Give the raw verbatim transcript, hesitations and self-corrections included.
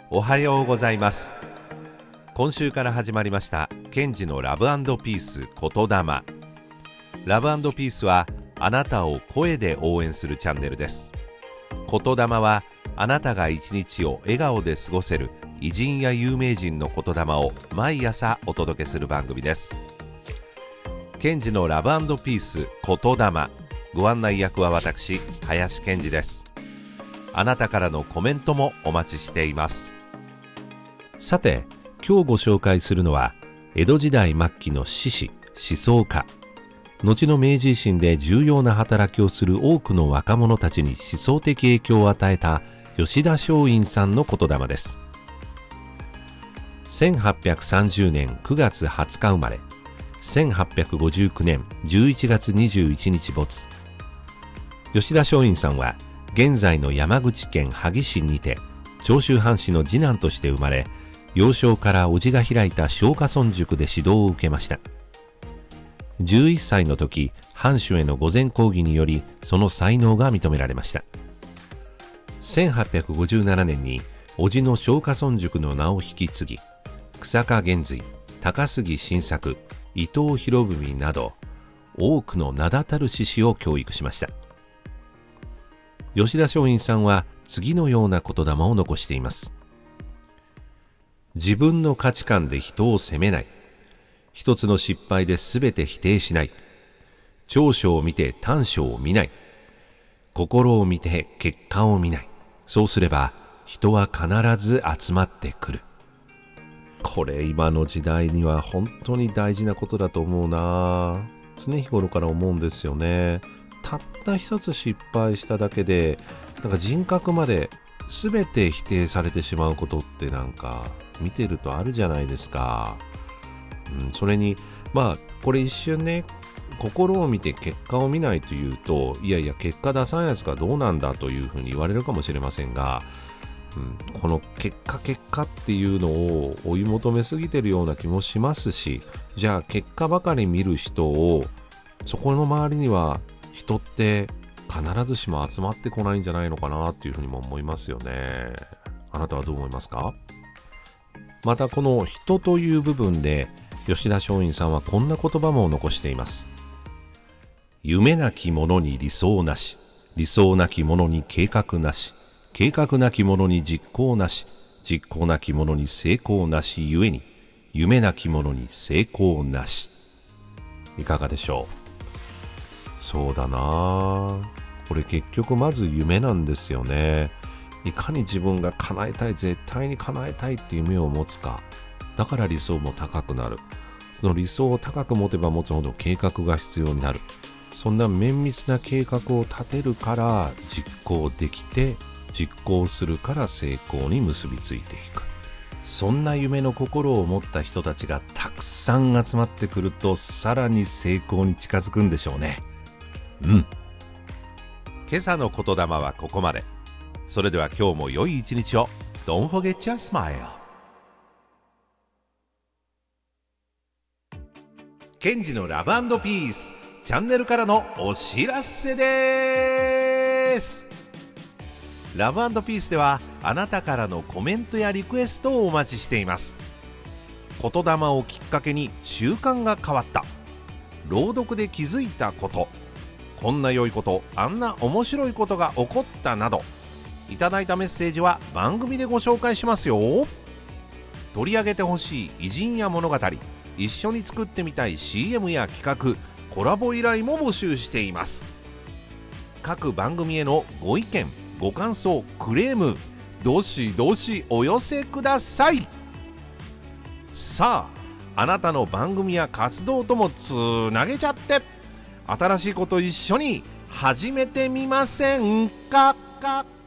おはようございます。今週から始まりましたケンジのラブ&ピース言霊。ラブ&ピースはあなたを声で応援するチャンネルです。言霊はあなたが一日を笑顔で過ごせる偉人や有名人の言霊を毎朝お届けする番組です。ケンジのラブ&ピース言霊、ご案内役は私林健二です。あなたからのコメントもお待ちしています。さて、今日ご紹介するのは江戸時代末期の志士思想家、後の明治維新で重要な働きをする多くの若者たちに思想的影響を与えた吉田松陰さんの言霊です。せんはっぴゃくさんじゅうねんくがつはつか生まれ、せんはっぴゃくごじゅうきゅうねんじゅういちがつにじゅういちにち没。吉田松陰さんは現在の山口県萩市にて長州藩士の次男として生まれ、幼少から叔父が開いた松下村塾で指導を受けました。じゅういっさいの時、藩主への御前講義によりその才能が認められました。せんはっぴゃくごじゅうななねんに叔父の松下村塾の名を引き継ぎ、草加玄瑞、高杉晋作、伊藤博文など多くの名だたる志士を教育しました。吉田松陰さんは次のような言霊を残しています。自分の価値観で人を責めない。一つの失敗で全て否定しない。長所を見て短所を見ない。心を見て結果を見ない。そうすれば人は必ず集まってくる。これ今の時代には本当に大事なことだと思うな。常日頃から思うんですよね。たった一つ失敗しただけでなんか人格まで全て否定されてしまうことってなんか見てるとあるじゃないですか。うん、それにまあこれ一瞬ね、心を見て結果を見ないというと、いやいや結果出さんやつがどうなんだというふうに言われるかもしれませんが、うん、この結果結果っていうのを追い求めすぎてるような気もしますし、じゃあ結果ばかり見る人を、そこの周りには人って必ずしも集まってこないんじゃないのかなっていうふうにも思いますよね。あなたはどう思いますか？またこの人という部分で吉田松陰さんはこんな言葉も残しています。夢なき者に理想なし、理想なき者に計画なし、計画なき者に実行なし、実行なき者に成功なしゆえに、夢なき者に成功なし。いかがでしょう？そうだなぁ。これ結局まず夢なんですよね。いかに自分が叶えたい、絶対に叶えたいっていう夢を持つか。だから理想も高くなる。その理想を高く持てば持つほど計画が必要になる。そんな綿密な計画を立てるから実行できて、実行するから成功に結びついていく。そんな夢の心を持った人たちがたくさん集まってくると、さらに成功に近づくんでしょうね。うん。今朝の言霊はここまで。それでは今日も良い一日を。 Don't forget your smile。 ケンジのラブ&ピースチャンネルからのお知らせです。ラブ&ピースではあなたからのコメントやリクエストをお待ちしています。言霊をきっかけに習慣が変わった、朗読で気づいたこと、こんな良いこと、あんな面白いことが起こったなど、いただいたメッセージは番組でご紹介しますよ。取り上げてほしい偉人や物語、一緒に作ってみたい シーエム や企画、コラボ依頼も募集しています。各番組へのご意見、ご感想、クレーム、どしどしお寄せください。さあ、あなたの番組や活動ともつなげちゃって、新しいこと一緒に始めてみませんか？か